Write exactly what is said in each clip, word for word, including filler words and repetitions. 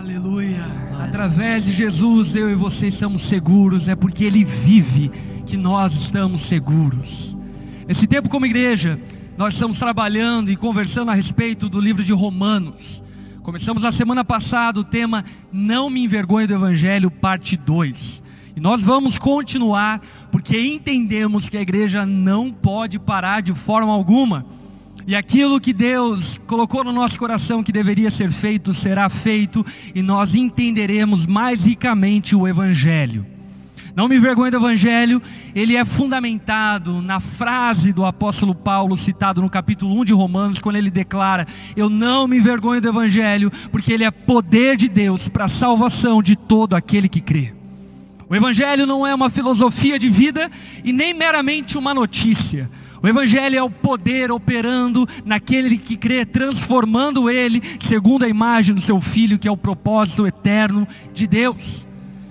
Aleluia. Através de Jesus, eu e você estamos seguros. É porque Ele vive que nós estamos seguros. Nesse tempo, como igreja, nós estamos trabalhando e conversando a respeito do livro de Romanos. Começamos na semana passada o tema Não me envergonhe do Evangelho, parte dois. E nós vamos continuar, porque entendemos que a igreja não pode parar de forma alguma. E aquilo que Deus colocou no nosso coração que deveria ser feito, será feito, e nós entenderemos mais ricamente o Evangelho. Não me envergonhe do Evangelho, ele é fundamentado na frase do apóstolo Paulo, citado no capítulo um de Romanos, quando ele declara: eu não me envergonho do Evangelho, porque ele é poder de Deus para a salvação de todo aquele que crê. O Evangelho não é uma filosofia de vida e nem meramente uma notícia. O Evangelho é o poder operando naquele que crê, transformando ele segundo a imagem do seu Filho, que é o propósito eterno de Deus.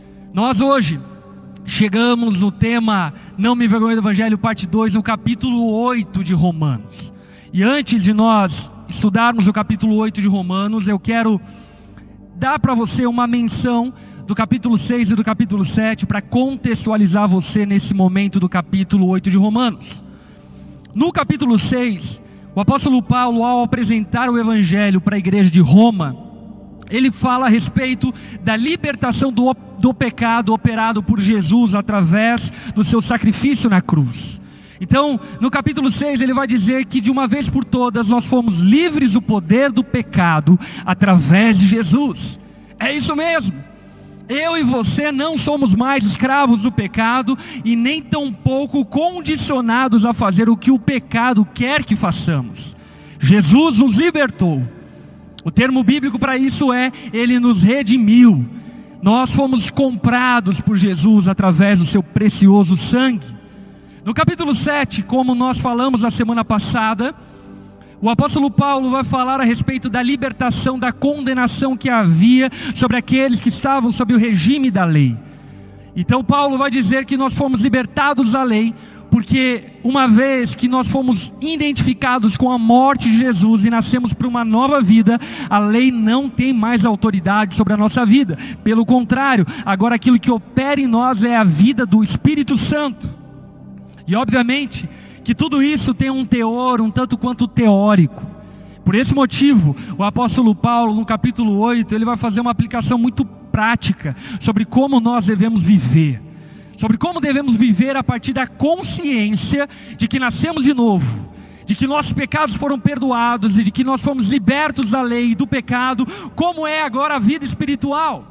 Nós hoje chegamos no tema Não me envergonhe do Evangelho, parte dois, no capítulo oito de Romanos. E antes de nós estudarmos o capítulo oito de Romanos, eu quero dar para você uma menção do capítulo seis e do capítulo sete, para contextualizar você nesse momento do capítulo oito de Romanos. No capítulo seis, o apóstolo Paulo, ao apresentar o Evangelho para a igreja de Roma, ele fala a respeito da libertação do, do pecado operado por Jesus através do seu sacrifício na cruz. Então, no capítulo seis, ele vai dizer que de uma vez por todas nós fomos livres do poder do pecado através de Jesus. É isso mesmo. Eu e você não somos mais escravos do pecado e nem tampouco condicionados a fazer o que o pecado quer que façamos. Jesus nos libertou. O termo bíblico para isso é: Ele nos redimiu. Nós fomos comprados por Jesus através do seu precioso sangue. No capítulo sete, como nós falamos na semana passada, o apóstolo Paulo vai falar a respeito da libertação da condenação que havia sobre aqueles que estavam sob o regime da lei. Então Paulo vai dizer que nós fomos libertados da lei, porque uma vez que nós fomos identificados com a morte de Jesus e nascemos para uma nova vida, a lei não tem mais autoridade sobre a nossa vida. Pelo contrário, agora aquilo que opera em nós é a vida do Espírito Santo. E obviamente que tudo isso tem um teor um tanto quanto teórico. Por esse motivo, o apóstolo Paulo, no capítulo oito, ele vai fazer uma aplicação muito prática sobre como nós devemos viver. Sobre como devemos viver a partir da consciência de que nascemos de novo, de que nossos pecados foram perdoados e de que nós fomos libertos da lei e do pecado. Como é agora a vida espiritual?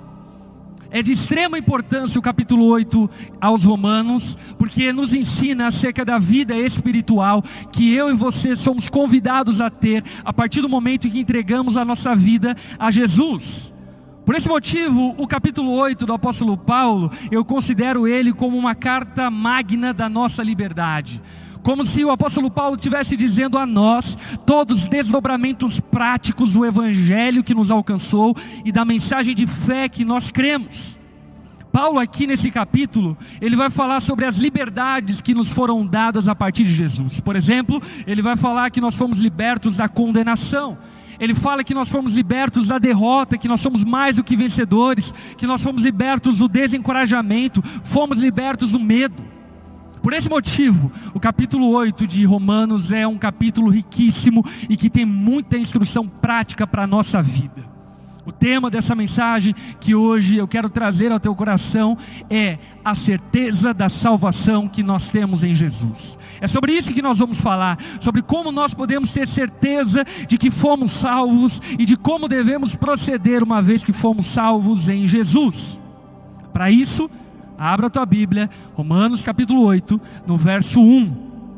É de extrema importância o capítulo oito aos Romanos, porque nos ensina acerca da vida espiritual que eu e você somos convidados a ter a partir do momento em que entregamos a nossa vida a Jesus. Por esse motivo, o capítulo oito do apóstolo Paulo, eu considero ele como uma carta magna da nossa liberdade. Como se o apóstolo Paulo estivesse dizendo a nós todos os desdobramentos práticos do Evangelho que nos alcançou e da mensagem de fé que nós cremos. Paulo aqui nesse capítulo, ele vai falar sobre as liberdades que nos foram dadas a partir de Jesus. Por exemplo, ele vai falar que nós fomos libertos da condenação. Ele fala que nós fomos libertos da derrota, que nós somos mais do que vencedores, que nós fomos libertos do desencorajamento, fomos libertos do medo. Por esse motivo, o capítulo oito de Romanos é um capítulo riquíssimo e que tem muita instrução prática para a nossa vida. O tema dessa mensagem que hoje eu quero trazer ao teu coração é a certeza da salvação que nós temos em Jesus. É sobre isso que nós vamos falar, sobre como nós podemos ter certeza de que fomos salvos e de como devemos proceder uma vez que fomos salvos em Jesus. Para isso, abra a tua Bíblia, Romanos capítulo oito, no verso um.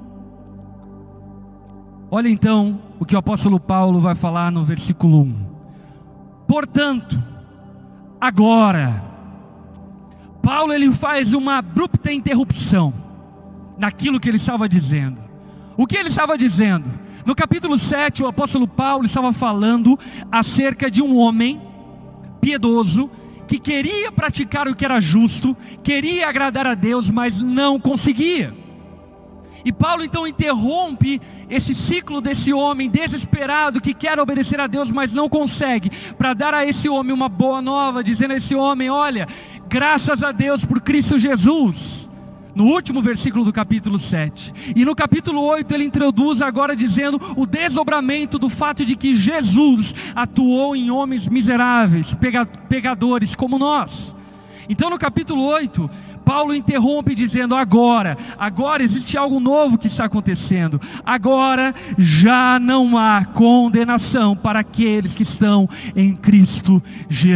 Olha então o que o apóstolo Paulo vai falar no versículo um. Portanto, agora, Paulo ele faz uma abrupta interrupção naquilo que ele estava dizendo. O que ele estava dizendo? No capítulo sete, o apóstolo Paulo estava falando acerca de um homem piedoso, que queria praticar o que era justo, queria agradar a Deus, mas não conseguia. E Paulo então interrompe esse ciclo desse homem desesperado que quer obedecer a Deus, mas não consegue, para dar a esse homem uma boa nova, dizendo a esse homem: olha, graças a Deus por Cristo Jesus. No último versículo do capítulo sete. E no capítulo oito ele introduz agora dizendo o desdobramento do fato de que Jesus atuou em homens miseráveis, pecadores como nós. Então no capítulo oito, Paulo interrompe dizendo: agora, agora existe algo novo que está acontecendo. Agora já não há condenação para aqueles que estão em Cristo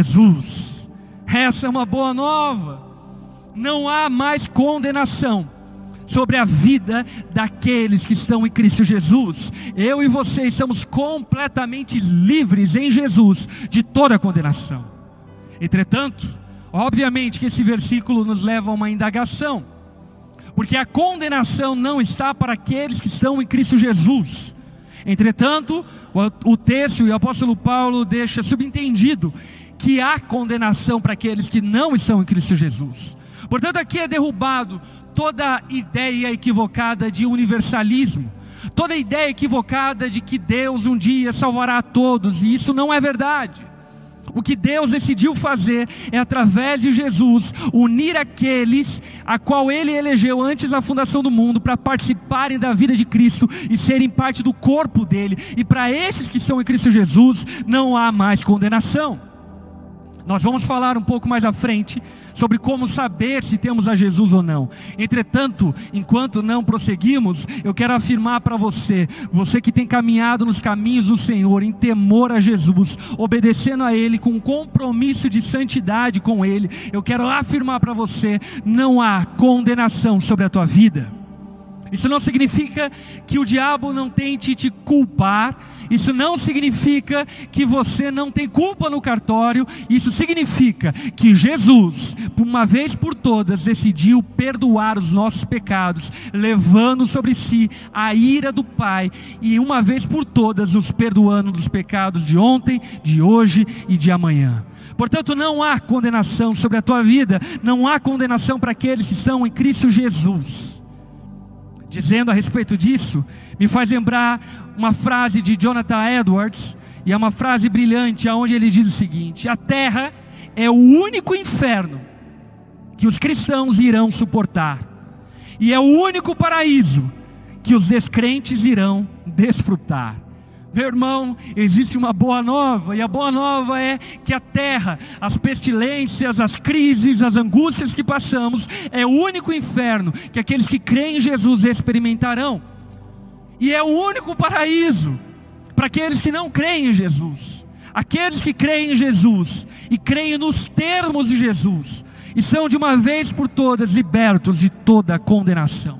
Jesus. Essa é uma boa nova. Não há mais condenação sobre a vida daqueles que estão em Cristo Jesus. Eu e você estamos completamente livres em Jesus de toda condenação. Entretanto, obviamente que esse versículo nos leva a uma indagação, porque a condenação não está para aqueles que estão em Cristo Jesus. Entretanto, o texto e o apóstolo Paulo deixa subentendido que há condenação para aqueles que não estão em Cristo Jesus. Portanto, aqui é derrubado toda ideia equivocada de universalismo, toda ideia equivocada de que Deus um dia salvará a todos, e isso não é verdade. O que Deus decidiu fazer é, através de Jesus, unir aqueles a qual Ele elegeu antes da fundação do mundo para participarem da vida de Cristo e serem parte do corpo dele. E para esses que são em Cristo Jesus, não há mais condenação. Nós vamos falar um pouco mais à frente sobre como saber se temos a Jesus ou não. Entretanto, enquanto não prosseguimos, eu quero afirmar para você, você que tem caminhado nos caminhos do Senhor, em temor a Jesus, obedecendo a Ele, com um compromisso de santidade com Ele, eu quero afirmar para você, não há condenação sobre a tua vida. Isso não significa que o diabo não tente te culpar. Isso não significa que você não tem culpa no cartório. Isso significa que Jesus, por uma vez por todas, decidiu perdoar os nossos pecados, levando sobre si a ira do Pai, e uma vez por todas nos perdoando dos pecados de ontem, de hoje e de amanhã. Portanto, não há condenação sobre a tua vida. Não há condenação para aqueles que estão em Cristo Jesus. Dizendo a respeito disso, me faz lembrar uma frase de Jonathan Edwards, e é uma frase brilhante, onde ele diz o seguinte: a terra é o único inferno que os cristãos irão suportar, e é o único paraíso que os descrentes irão desfrutar. Meu irmão, existe uma boa nova, e a boa nova é que a terra, as pestilências, as crises, as angústias que passamos, é o único inferno que aqueles que creem em Jesus experimentarão, e é o único paraíso para aqueles que não creem em Jesus. Aqueles que creem em Jesus e creem nos termos de Jesus, e são de uma vez por todas libertos de toda condenação.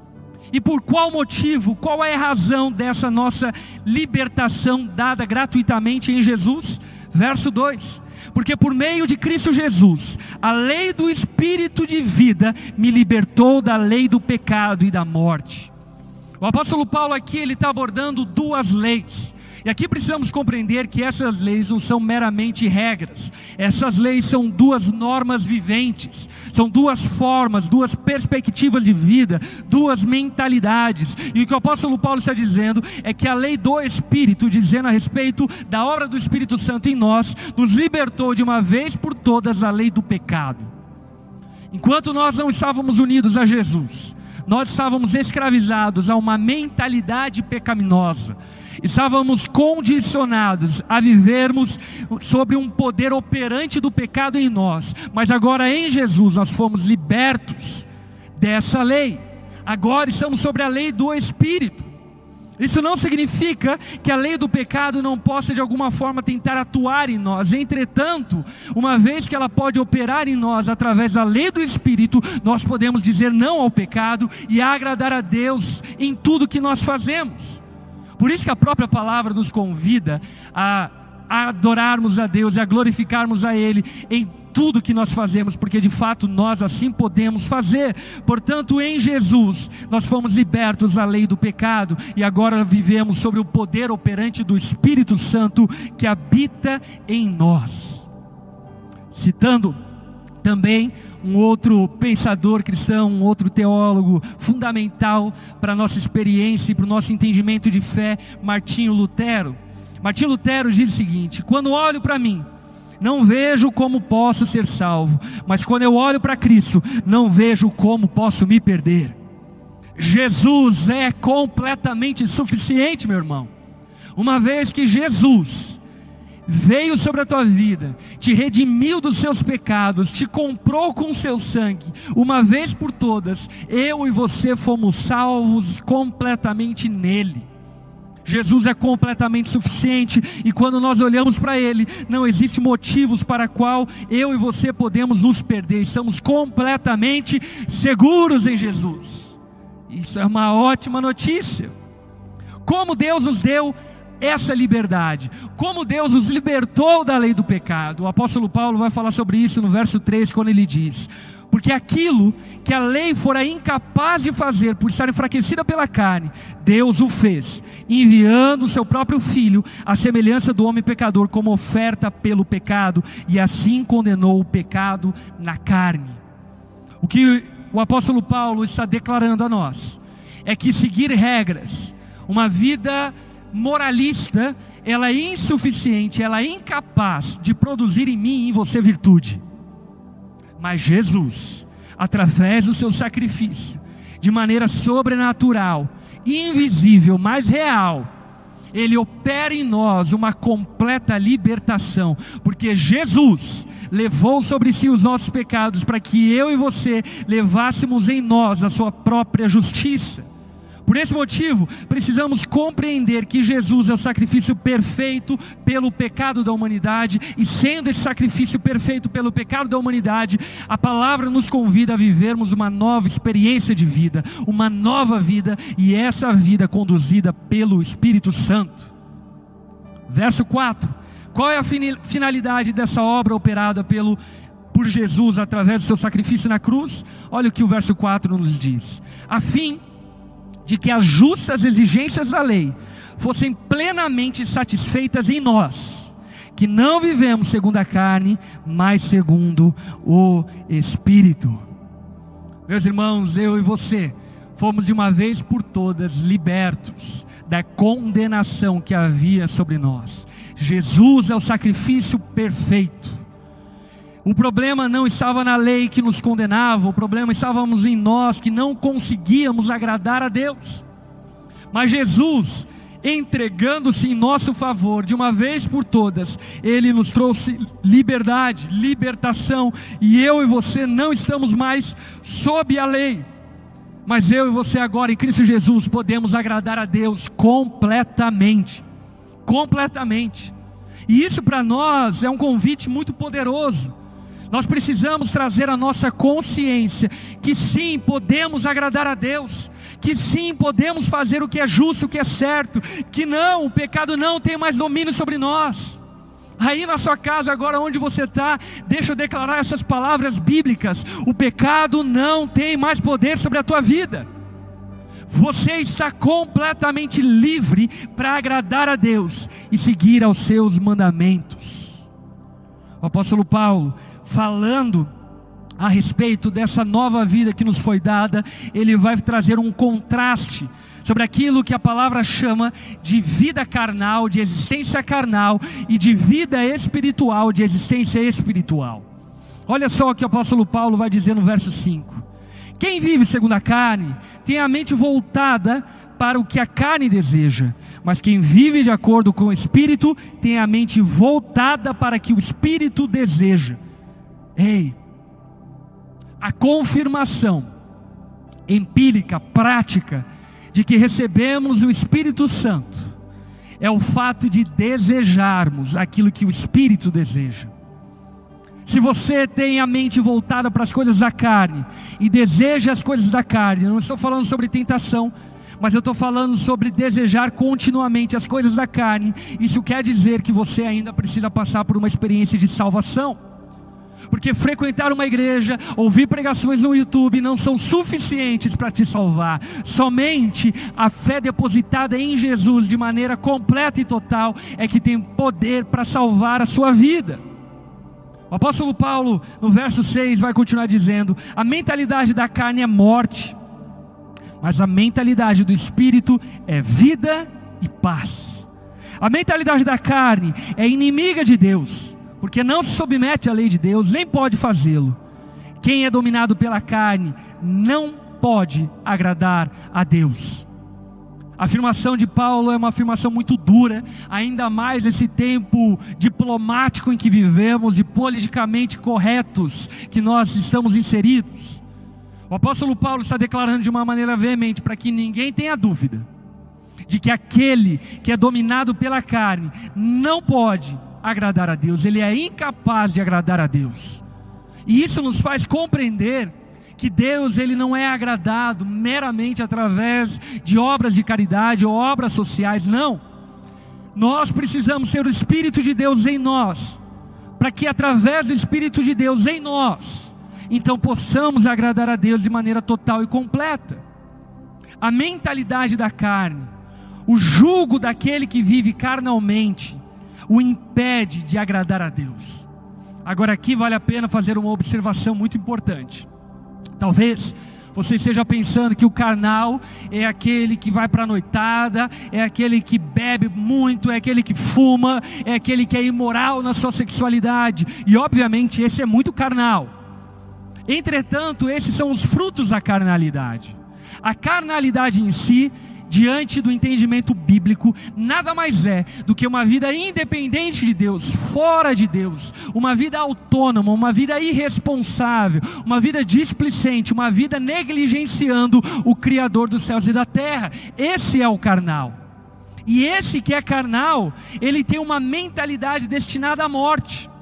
E por qual motivo, qual é a razão dessa nossa libertação dada gratuitamente em Jesus? Verso dois: porque por meio de Cristo Jesus, a lei do Espírito de vida me libertou da lei do pecado e da morte. O apóstolo Paulo aqui, ele está abordando duas leis. E aqui precisamos compreender que essas leis não são meramente regras. Essas leis são duas normas viventes. São duas formas, duas perspectivas de vida, duas mentalidades. E o que o apóstolo Paulo está dizendo é que a lei do Espírito, dizendo a respeito da obra do Espírito Santo em nós, nos libertou de uma vez por todas da lei do pecado. Enquanto nós não estávamos unidos a Jesus, nós estávamos escravizados a uma mentalidade pecaminosa. Estávamos condicionados a vivermos sob um poder operante do pecado em nós. Mas agora em Jesus nós fomos libertos dessa lei. Agora estamos sobre a lei do Espírito. Isso não significa que a lei do pecado não possa de alguma forma tentar atuar em nós. Entretanto, uma vez que ela pode operar em nós através da lei do Espírito, nós podemos dizer não ao pecado e agradar a Deus em tudo que nós fazemos. Por isso que a própria palavra nos convida a, a adorarmos a Deus e a glorificarmos a Ele em tudo que nós fazemos, porque de fato nós assim podemos fazer. Portanto, em Jesus nós fomos libertos da lei do pecado e agora vivemos sobre o poder operante do Espírito Santo que habita em nós. Citando Também um outro pensador cristão, um outro teólogo fundamental para a nossa experiência e para o nosso entendimento de fé, Martinho Lutero. Martinho Lutero diz o seguinte: quando olho para mim, não vejo como posso ser salvo, mas quando eu olho para Cristo, não vejo como posso me perder. Jesus é completamente suficiente, meu irmão. Uma vez que Jesus veio sobre a tua vida, te redimiu dos seus pecados, te comprou com o seu sangue, uma vez por todas, eu e você fomos salvos completamente nele. Jesus é completamente suficiente, e quando nós olhamos para Ele, não existe motivos para qual eu e você podemos nos perder. Estamos completamente seguros em Jesus. Isso é uma ótima notícia. Como Deus nos deu essa liberdade, como Deus nos libertou da lei do pecado. O apóstolo Paulo vai falar sobre isso no verso três, quando ele diz: porque aquilo que a lei fora incapaz de fazer por estar enfraquecida pela carne, Deus o fez, enviando o seu próprio Filho, à semelhança do homem pecador, como oferta pelo pecado, e assim condenou o pecado na carne. O que o apóstolo Paulo está declarando a nós é que seguir regras, uma vida moralista, ela é insuficiente, ela é incapaz de produzir em mim e em você virtude. Mas Jesus, através do seu sacrifício, de maneira sobrenatural, invisível, mas real, Ele opera em nós uma completa libertação, porque Jesus levou sobre si os nossos pecados, para que eu e você levássemos em nós a sua própria justiça. Por esse motivo, precisamos compreender que Jesus é o sacrifício perfeito pelo pecado da humanidade, e sendo esse sacrifício perfeito pelo pecado da humanidade, a palavra nos convida a vivermos uma nova experiência de vida, uma nova vida, e essa vida conduzida pelo Espírito Santo. Verso quatro, qual é a finalidade dessa obra operada pelo, por Jesus através do seu sacrifício na cruz? Olha o que o verso quatro nos diz: a fim de que as justas exigências da lei fossem plenamente satisfeitas em nós, que não vivemos segundo a carne, mas segundo o Espírito. Meus irmãos, eu e você fomos de uma vez por todas libertos da condenação que havia sobre nós. Jesus é o sacrifício perfeito. O problema não estava na lei que nos condenava, o problema estávamos em nós, que não conseguíamos agradar a Deus. Mas Jesus, entregando-se em nosso favor, de uma vez por todas, Ele nos trouxe liberdade, libertação, e eu e você não estamos mais sob a lei, mas eu e você agora em Cristo Jesus podemos agradar a Deus completamente, completamente. E isso para nós é um convite muito poderoso. Nós precisamos trazer a nossa consciência que sim, podemos agradar a Deus, que sim, podemos fazer o que é justo, o que é certo, que não, o pecado não tem mais domínio sobre nós. Aí na sua casa, agora onde você está, deixa eu declarar essas palavras bíblicas: o pecado não tem mais poder sobre a tua vida. Você está completamente livre para agradar a Deus e seguir aos seus mandamentos. O apóstolo Paulo, falando a respeito dessa nova vida que nos foi dada, ele vai trazer um contraste sobre aquilo que a palavra chama de vida carnal, de existência carnal, e de vida espiritual, de existência espiritual. Olha só o que o apóstolo Paulo vai dizer no verso cinco: quem vive segundo a carne tem a mente voltada para o que a carne deseja, mas quem vive de acordo com o Espírito tem a mente voltada para o que o Espírito deseja. Ei, a confirmação empírica, prática, de que recebemos o Espírito Santo, é o fato de desejarmos aquilo que o Espírito deseja. Se você tem a mente voltada para as coisas da carne, e deseja as coisas da carne, eu não estou falando sobre tentação, mas eu estou falando sobre desejar continuamente as coisas da carne, isso quer dizer que você ainda precisa passar por uma experiência de salvação. Porque frequentar uma igreja, ouvir pregações no YouTube não são suficientes para te salvar. Somente a fé depositada em Jesus de maneira completa e total é que tem poder para salvar a sua vida. O apóstolo Paulo, no verso seis, vai continuar dizendo: a mentalidade da carne é morte, mas a mentalidade do Espírito é vida e paz. A mentalidade da carne é inimiga de Deus, porque não se submete à lei de Deus, nem pode fazê-lo. Quem é dominado pela carne não pode agradar a Deus. A afirmação de Paulo é uma afirmação muito dura, ainda mais nesse tempo diplomático em que vivemos, e politicamente corretos que nós estamos inseridos. O apóstolo Paulo está declarando de uma maneira veemente, para que ninguém tenha dúvida, de que aquele que é dominado pela carne não pode agradar a Deus, ele é incapaz de agradar a Deus. E isso nos faz compreender que Deus, ele não é agradado meramente através de obras de caridade ou obras sociais, não. Nós precisamos ter o Espírito de Deus em nós, para que através do Espírito de Deus em nós, então possamos agradar a Deus de maneira total e completa. A mentalidade da carne, o jugo daquele que vive carnalmente, o impede de agradar a Deus. Agora aqui vale a pena fazer uma observação muito importante. Talvez você esteja pensando que o carnal é aquele que vai para a noitada, é aquele que bebe muito, é aquele que fuma, é aquele que é imoral na sua sexualidade. E obviamente esse é muito carnal. Entretanto, esses são os frutos da carnalidade. A carnalidade em si, diante do entendimento bíblico, nada mais é do que uma vida independente de Deus, fora de Deus, uma vida autônoma, uma vida irresponsável, uma vida displicente, uma vida negligenciando o Criador dos céus e da terra. Esse é o carnal. E esse que é carnal, ele tem uma mentalidade destinada à morte.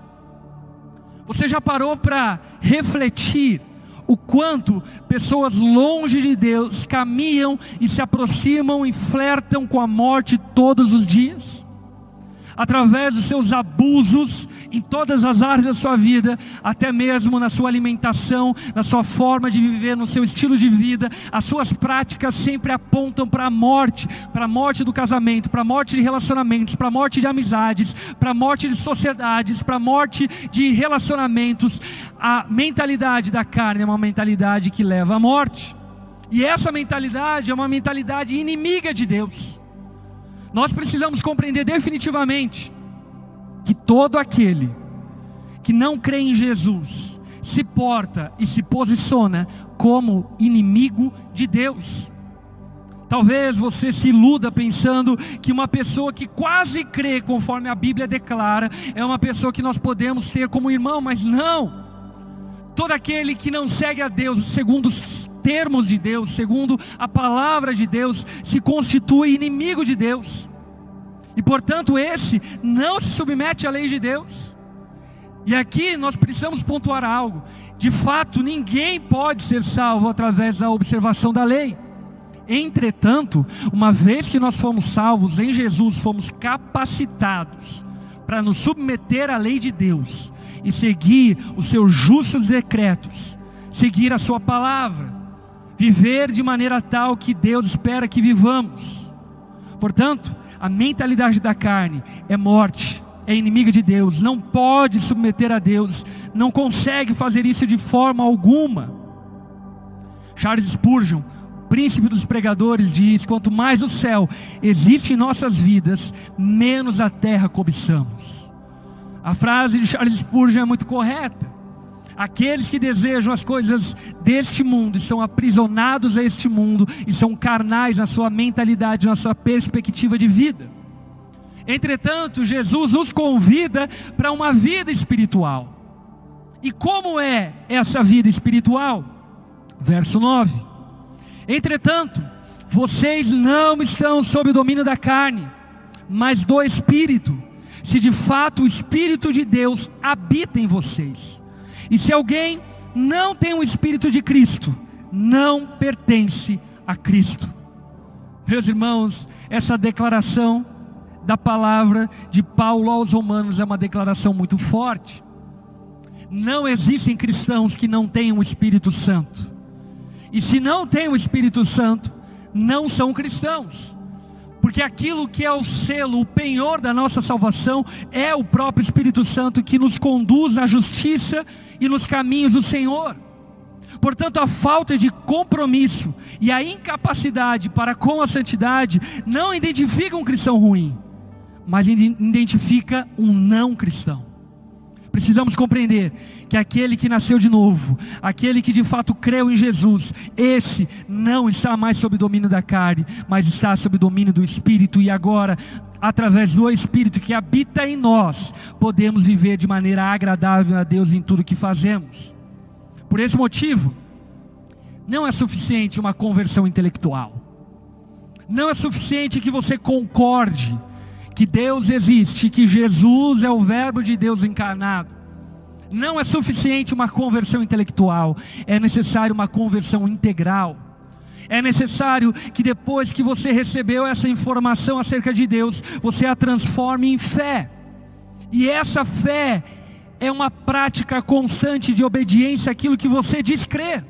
Você já parou para refletir o quanto pessoas longe de Deus caminham e se aproximam e flertam com a morte todos os dias? Através dos seus abusos em todas as áreas da sua vida, até mesmo na sua alimentação, na sua forma de viver, no seu estilo de vida, as suas práticas sempre apontam para a morte, para a morte do casamento, para a morte de relacionamentos, para a morte de amizades, para a morte de sociedades, para a morte de relacionamentos. A mentalidade da carne é uma mentalidade que leva à morte, e essa mentalidade é uma mentalidade inimiga de Deus. Nós precisamos compreender definitivamente que todo aquele que não crê em Jesus se porta e se posiciona como inimigo de Deus. Talvez você se iluda pensando que uma pessoa que quase crê conforme a Bíblia declara é uma pessoa que nós podemos ter como irmão, mas não. Todo aquele que não segue a Deus segundo os termos de Deus, segundo a palavra de Deus, se constitui inimigo de Deus. E portanto esse não se submete à lei de Deus. E aqui nós precisamos pontuar algo. De fato, ninguém pode ser salvo através da observação da lei. Entretanto, uma vez que nós fomos salvos em Jesus, fomos capacitados para nos submeter à lei de Deus e seguir os seus justos decretos, seguir a sua palavra, viver de maneira tal que Deus espera que vivamos. Portanto, a mentalidade da carne é morte, é inimiga de Deus, não pode submeter a Deus, não consegue fazer isso de forma alguma. Charles Spurgeon, príncipe dos pregadores, diz: quanto mais o céu existe em nossas vidas, menos a terra cobiçamos. A frase de Charles Spurgeon é muito correta. Aqueles que desejam as coisas deste mundo e são aprisionados a este mundo e são carnais na sua mentalidade, na sua perspectiva de vida. Entretanto, Jesus nos convida para uma vida espiritual. E como é essa vida espiritual? Verso nove: entretanto, vocês não estão sob o domínio da carne, mas do Espírito, se de fato o Espírito de Deus habita em vocês. E se alguém não tem o Espírito de Cristo, não pertence a Cristo. Meus irmãos, essa declaração da palavra de Paulo aos Romanos é uma declaração muito forte. Não existem cristãos que não tenham o Espírito Santo. E se não têm o Espírito Santo, não são cristãos. Porque aquilo que é o selo, o penhor da nossa salvação, é o próprio Espírito Santo que nos conduz à justiça e nos caminhos do Senhor. Portanto, a falta de compromisso e a incapacidade para com a santidade não identifica um cristão ruim, mas identifica um não cristão. Precisamos compreender que aquele que nasceu de novo, aquele que de fato creu em Jesus, esse não está mais sob o domínio da carne, mas está sob o domínio do Espírito. E agora, através do Espírito que habita em nós, podemos viver de maneira agradável a Deus em tudo que fazemos. Por esse motivo, não é suficiente uma conversão intelectual. Não é suficiente que você concorde que Deus existe, que Jesus é o Verbo de Deus encarnado. Não é suficiente uma conversão intelectual, é necessário uma conversão integral. É necessário que depois que você recebeu essa informação acerca de Deus, você a transforme em fé. E essa fé é uma prática constante de obediência àquilo que você diz crer.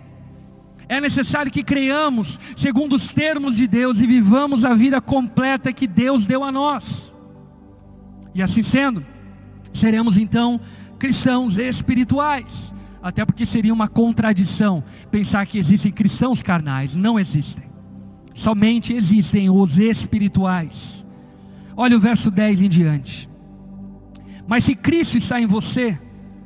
É necessário que creiamos segundo os termos de Deus e vivamos a vida completa que Deus deu a nós. E assim sendo, seremos então cristãos espirituais. Até porque seria uma contradição pensar que existem cristãos carnais. Não existem. Somente existem os espirituais. Olha o verso dez em diante. Mas se Cristo está em você,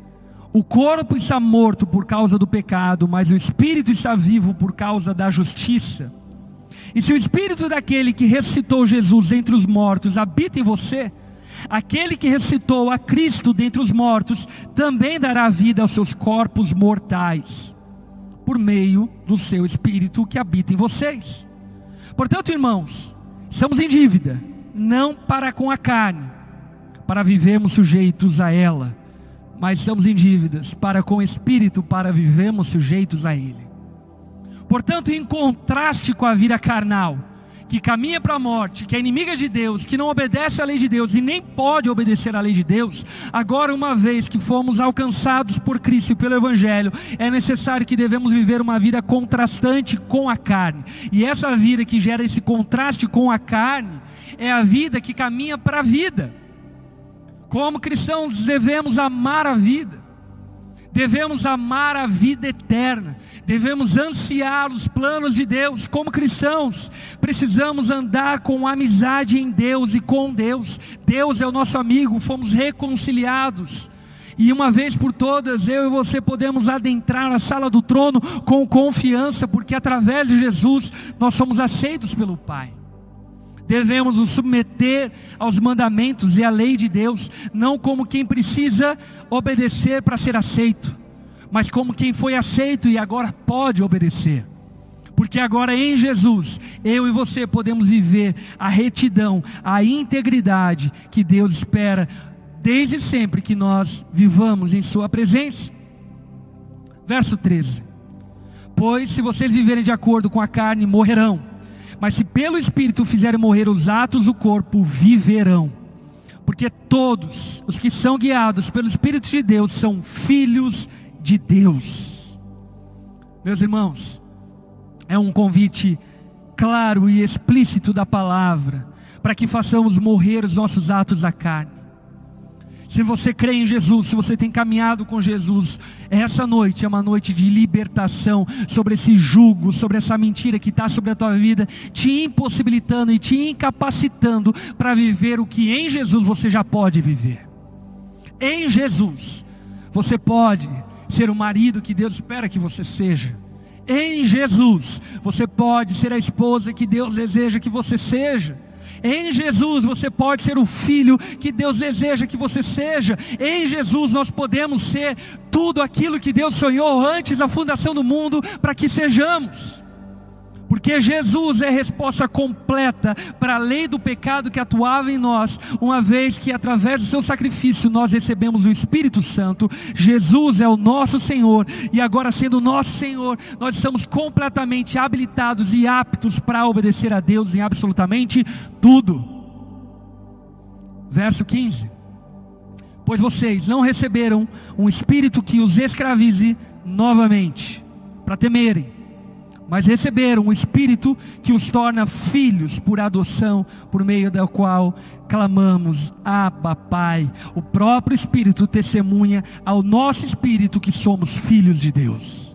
o corpo está morto por causa do pecado, mas o espírito está vivo por causa da justiça. E se o espírito daquele que ressuscitou Jesus dentre os mortos habita em você, aquele que ressuscitou a Cristo dentre os mortos também dará vida aos seus corpos mortais, por meio do seu Espírito que habita em vocês. Portanto, irmãos, estamos em dívida, não para com a carne, para vivermos sujeitos a ela, mas estamos em dívidas para com o Espírito, para vivermos sujeitos a Ele. Portanto, em contraste com a vida carnal, que caminha para a morte, que é inimiga de Deus, que não obedece à lei de Deus e nem pode obedecer à lei de Deus, agora, uma vez que fomos alcançados por Cristo e pelo Evangelho, é necessário que devemos viver uma vida contrastante com a carne. E essa vida que gera esse contraste com a carne é a vida que caminha para a vida. Como cristãos devemos amar a vida, devemos amar a vida eterna, devemos ansiar os planos de Deus. Como cristãos, precisamos andar com amizade em Deus e com Deus. Deus é o nosso amigo, fomos reconciliados. E uma vez por todas, eu e você podemos adentrar a sala do trono com confiança, porque através de Jesus nós somos aceitos pelo Pai. Devemos nos submeter aos mandamentos e à lei de Deus, não como quem precisa obedecer para ser aceito, mas como quem foi aceito e agora pode obedecer. Porque agora em Jesus, eu e você podemos viver a retidão, a integridade que Deus espera desde sempre que nós vivamos em sua presença. Verso treze. Pois se vocês viverem de acordo com a carne, morrerão. Mas se pelo Espírito fizerem morrer os atos do corpo, viverão. Porque todos os que são guiados pelo Espírito de Deus são filhos de Deus. Meus irmãos, é um convite claro e explícito da palavra, para que façamos morrer os nossos atos da carne. Se você crê em Jesus, se você tem caminhado com Jesus, essa noite é uma noite de libertação sobre esse jugo, sobre essa mentira que está sobre a tua vida, te impossibilitando e te incapacitando para viver o que em Jesus você já pode viver. Em Jesus, você pode ser o marido que Deus espera que você seja. Em Jesus, você pode ser a esposa que Deus deseja que você seja. Em Jesus você pode ser o filho que Deus deseja que você seja. Em Jesus nós podemos ser tudo aquilo que Deus sonhou antes da fundação do mundo para que sejamos. Porque Jesus é a resposta completa para a lei do pecado que atuava em nós, uma vez que através do seu sacrifício nós recebemos o Espírito Santo. Jesus é o nosso Senhor, e agora sendo nosso Senhor, nós estamos completamente habilitados e aptos para obedecer a Deus em absolutamente tudo. Verso quinze. Pois vocês não receberam um espírito que os escravize novamente, para temerem, mas receberam um Espírito que os torna filhos por adoção, por meio da qual clamamos, Abba, Pai. O próprio Espírito testemunha ao nosso espírito que somos filhos de Deus.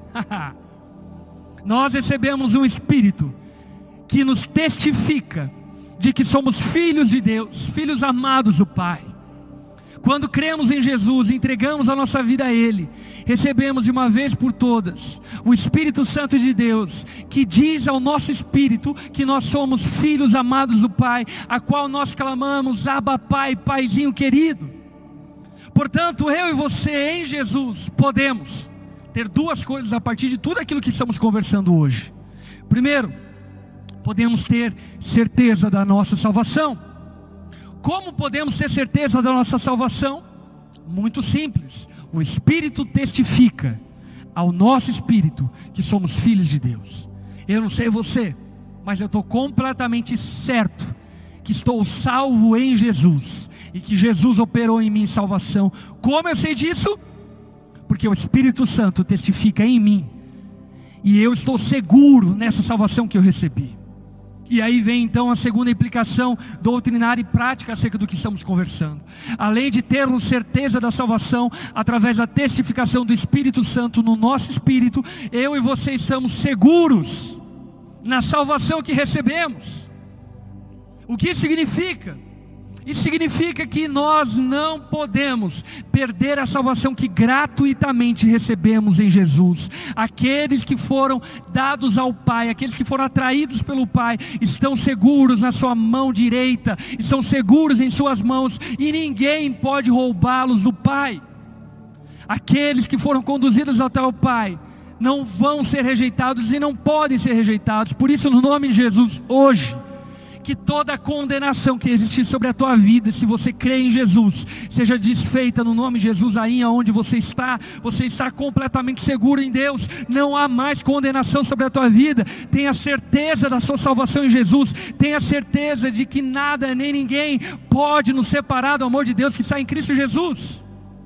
Nós recebemos um Espírito que nos testifica de que somos filhos de Deus, filhos amados do Pai. Quando cremos em Jesus, entregamos a nossa vida a Ele, recebemos de uma vez por todas o Espírito Santo de Deus, que diz ao nosso espírito que nós somos filhos amados do Pai, a qual nós clamamos, Abba, Pai, Paizinho querido. Portanto, eu e você em Jesus podemos ter duas coisas a partir de tudo aquilo que estamos conversando hoje. Primeiro, podemos ter certeza da nossa salvação. Como podemos ter certeza da nossa salvação? Muito simples. O Espírito testifica ao nosso espírito que somos filhos de Deus. Eu não sei você, mas eu estou completamente certo que estou salvo em Jesus e que Jesus operou em mim salvação. Como eu sei disso? Porque o Espírito Santo testifica em mim e eu estou seguro nessa salvação que eu recebi. E aí vem então a segunda implicação doutrinária e prática acerca do que estamos conversando. Além de termos certeza da salvação, através da testificação do Espírito Santo no nosso espírito, eu e você estamos seguros na salvação que recebemos. O que isso significa? Isso significa que nós não podemos perder a salvação que gratuitamente recebemos em Jesus. Aqueles que foram dados ao Pai, aqueles que foram atraídos pelo Pai, estão seguros na sua mão direita, estão seguros em suas mãos, e ninguém pode roubá-los do Pai. Aqueles que foram conduzidos até o Pai não vão ser rejeitados e não podem ser rejeitados. Por isso, no nome de Jesus, hoje, que toda a condenação que existir sobre a tua vida, se você crê em Jesus, seja desfeita no nome de Jesus. Aí onde você está, você está completamente seguro em Deus. Não há mais condenação sobre a tua vida. Tenha certeza da sua salvação em Jesus. Tenha certeza de que nada nem ninguém pode nos separar do amor de Deus que está em Cristo Jesus.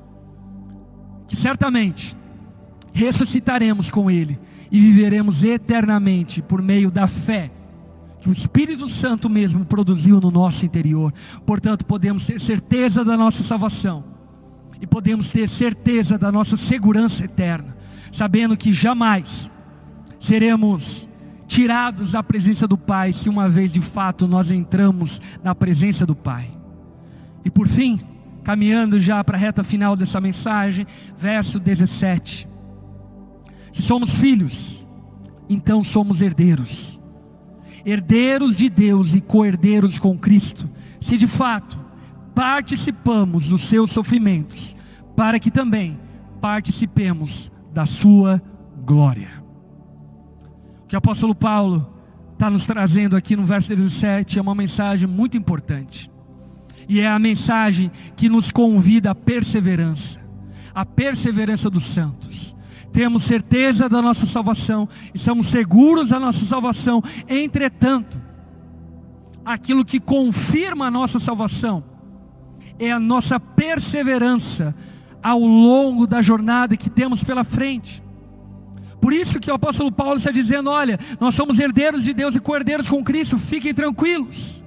Que certamente ressuscitaremos com Ele e viveremos eternamente por meio da fé que o Espírito Santo mesmo produziu no nosso interior. Portanto, podemos ter certeza da nossa salvação e podemos ter certeza da nossa segurança eterna, sabendo que jamais seremos tirados da presença do Pai, se uma vez de fato nós entramos na presença do Pai. E por fim, caminhando já para a reta final dessa mensagem, verso dezessete: se somos filhos, então somos herdeiros, herdeiros de Deus e co-herdeiros com Cristo, se de fato participamos dos seus sofrimentos, para que também participemos da sua glória. O que o apóstolo Paulo está nos trazendo aqui no verso dezessete é uma mensagem muito importante, e é a mensagem que nos convida à perseverança, a perseverança dos santos. Temos certeza da nossa salvação, estamos seguros da nossa salvação. Entretanto, aquilo que confirma a nossa salvação é a nossa perseverança ao longo da jornada que temos pela frente. Por isso que o apóstolo Paulo está dizendo: olha, nós somos herdeiros de Deus e co-herdeiros com Cristo, fiquem tranquilos.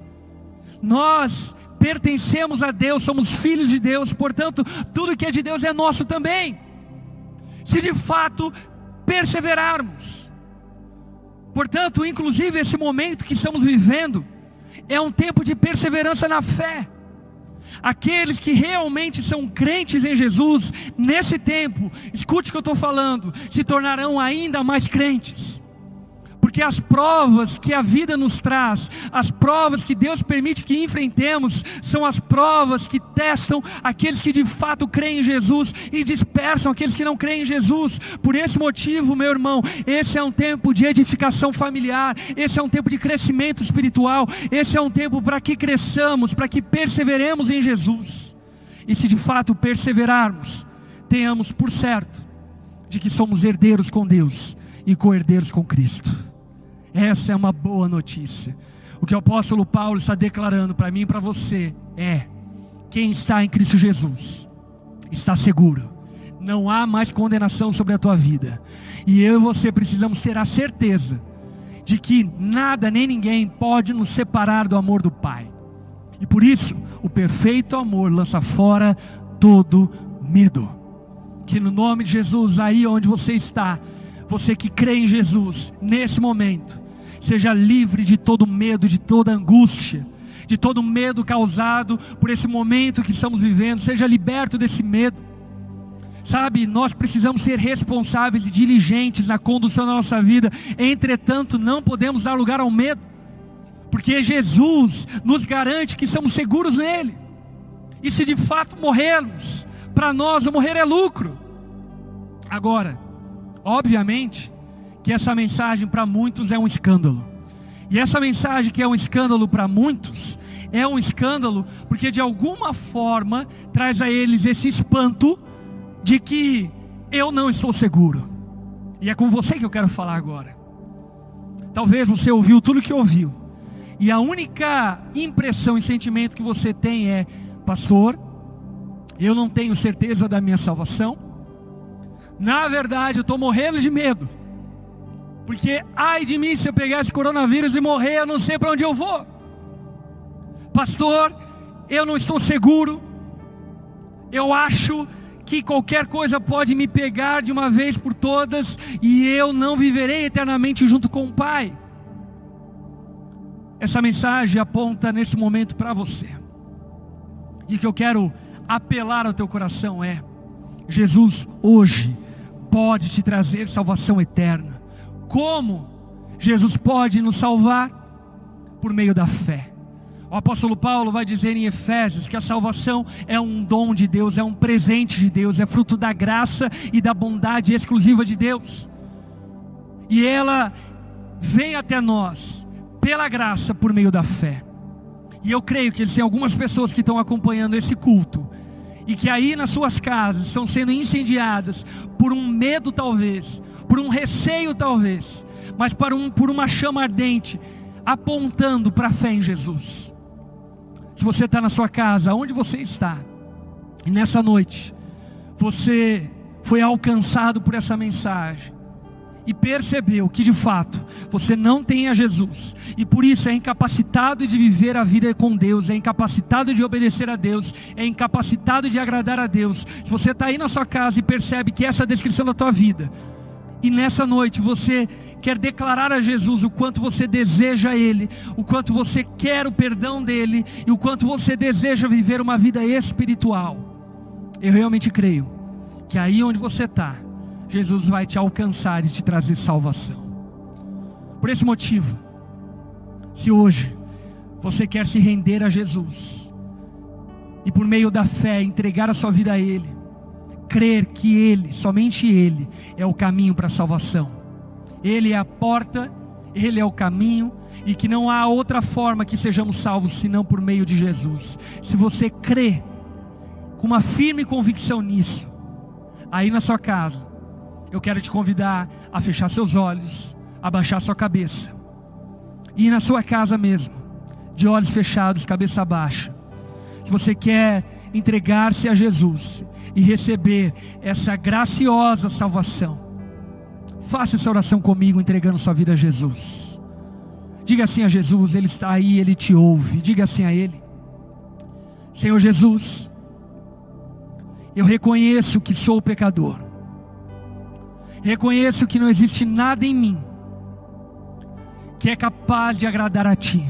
Nós pertencemos a Deus, somos filhos de Deus, portanto, tudo que é de Deus é nosso também, se de fato perseverarmos. Portanto, inclusive esse momento que estamos vivendo é um tempo de perseverança na fé. Aqueles que realmente são crentes em Jesus, nesse tempo, escute o que eu estou falando, se tornarão ainda mais crentes. Porque as provas que a vida nos traz, as provas que Deus permite que enfrentemos, são as provas que testam aqueles que de fato creem em Jesus e dispersam aqueles que não creem em Jesus. Por esse motivo, meu irmão, esse é um tempo de edificação familiar, esse é um tempo de crescimento espiritual, esse é um tempo para que cresçamos, para que perseveremos em Jesus. E se de fato perseverarmos, tenhamos por certo de que somos herdeiros com Deus e co-herdeiros com Cristo. Essa é uma boa notícia. O que o apóstolo Paulo está declarando para mim e para você é: quem está em Cristo Jesus está seguro. não há mais condenação sobre a tua vida. E eu e você precisamos ter a certeza de que nada nem ninguém pode nos separar do amor do Pai. E por isso, o perfeito amor lança fora todo medo. Que no nome de Jesus, aí onde você está, você que crê em Jesus, nesse momento, seja livre de todo medo, de toda angústia, de todo medo causado por esse momento que estamos vivendo. Seja liberto desse medo. Sabe, nós precisamos ser responsáveis e diligentes na condução da nossa vida. Entretanto, não podemos dar lugar ao medo, porque Jesus nos garante que somos seguros nele. E se de fato morrermos, para nós o morrer é lucro. Agora, obviamente que essa mensagem para muitos é um escândalo. E essa mensagem que é um escândalo para muitos, é um escândalo porque de alguma forma traz a eles esse espanto de que eu não estou seguro. E é com você que eu quero falar agora. Talvez você ouviu tudo que ouviu, e a única impressão e sentimento que você tem é: pastor, eu não tenho certeza da minha salvação. Na verdade eu estou morrendo de medo, porque ai de mim se eu pegar esse coronavírus e morrer, eu não sei para onde eu vou. Pastor, eu não estou seguro. Eu acho que qualquer coisa pode me pegar de uma vez por todas, e eu não viverei eternamente junto com o Pai. Essa mensagem aponta nesse momento para você. E o que eu quero apelar ao teu coração é: Jesus hoje pode te trazer salvação eterna. Como Jesus pode nos salvar? Por meio da fé. O apóstolo Paulo vai dizer em Efésios que a salvação é um dom de Deus, é um presente de Deus, é fruto da graça e da bondade exclusiva de Deus. E ela vem até nós pela graça, por meio da fé. E eu creio que existem algumas pessoas que estão acompanhando esse culto, e que aí nas suas casas estão sendo incendiadas por um medo talvez, por um receio talvez, mas por, um, por uma chama ardente, apontando para a fé em Jesus. Se você está na sua casa, onde você está, e nessa noite você foi alcançado por essa mensagem, e percebeu que de fato você não tem a Jesus, e por isso é incapacitado de viver a vida com Deus, é incapacitado de obedecer a Deus, é incapacitado de agradar a Deus. Se você está aí na sua casa e percebe que essa é a descrição da tua vida, e nessa noite você quer declarar a Jesus o quanto você deseja Ele, o quanto você quer o perdão dEle, e o quanto você deseja viver uma vida espiritual, eu realmente creio que aí onde você está, Jesus vai te alcançar e te trazer salvação. Por esse motivo, se hoje você quer se render a Jesus, e por meio da fé entregar a sua vida a Ele, crer que Ele, somente Ele, é o caminho para a salvação, Ele é a porta, Ele é o caminho, e que não há outra forma que sejamos salvos senão por meio de Jesus. Se você crê com uma firme convicção nisso, aí na sua casa, eu quero te convidar a fechar seus olhos, abaixar sua cabeça, e ir na sua casa mesmo, de olhos fechados, cabeça baixa. Se você quer entregar-se a Jesus e receber essa graciosa salvação, faça essa oração comigo, entregando sua vida a Jesus. Diga assim a Jesus, Ele está aí, Ele te ouve. Diga assim a Ele: Senhor Jesus, eu reconheço que sou pecador, reconheço que não existe nada em mim que é capaz de agradar a Ti.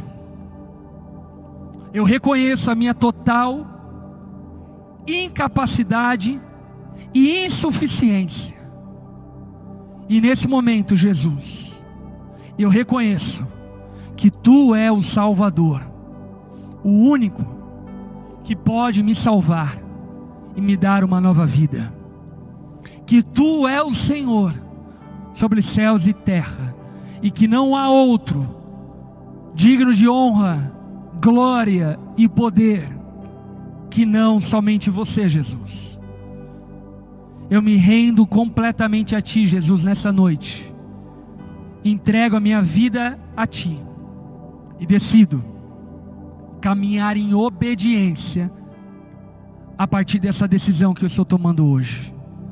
Eu reconheço a minha total incapacidade e insuficiência. E nesse momento, Jesus, eu reconheço que Tu é o Salvador, o único que pode me salvar e me dar uma nova vida. Que Tu é o Senhor sobre céus e terra, e que não há outro digno de honra, glória e poder que não somente Você, Jesus. Eu me rendo completamente a Ti, Jesus, nessa noite. Entrego a minha vida a Ti e decido caminhar em obediência a partir dessa decisão que eu estou tomando hoje.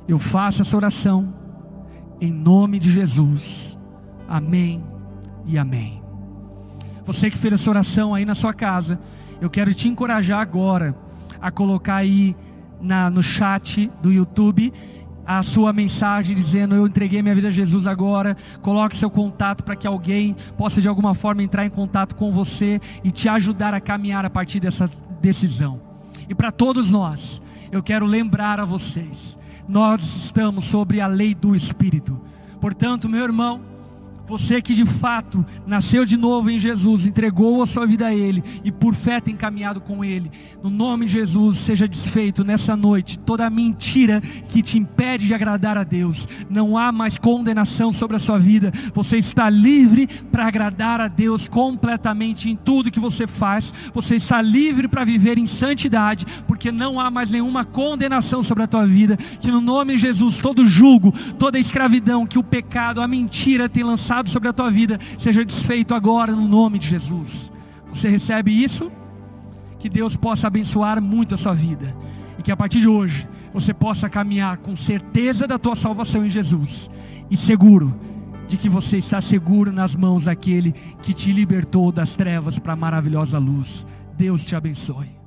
Eu faço essa oração em nome de Jesus. Amém e amém. Você que fez essa oração aí na sua casa, eu quero te encorajar agora a colocar aí na, no chat do YouTube a sua mensagem dizendo: eu entreguei minha vida a Jesus agora. Coloque seu contato para que alguém possa de alguma forma entrar em contato com você e te ajudar a caminhar a partir dessa decisão. E para todos nós, eu quero lembrar a vocês, nós estamos sobre a lei do Espírito. Portanto, meu irmão, você que de fato nasceu de novo em Jesus, entregou a sua vida a Ele e por fé tem caminhado com Ele, no nome de Jesus, seja desfeito nessa noite toda a mentira que te impede de agradar a Deus. Não há mais condenação sobre a sua vida. Você está livre para agradar a Deus completamente em tudo que você faz. Você está livre para viver em santidade, porque não há mais nenhuma condenação sobre a tua vida. Que no nome de Jesus todo jugo, toda escravidão que o pecado, a mentira tem lançado sobre a tua vida, seja desfeito agora no nome de Jesus. Você recebe isso? Que Deus possa abençoar muito a sua vida, e que a partir de hoje você possa caminhar com certeza da tua salvação em Jesus, e seguro de que você está seguro nas mãos daquele que te libertou das trevas para a maravilhosa luz. Deus te abençoe.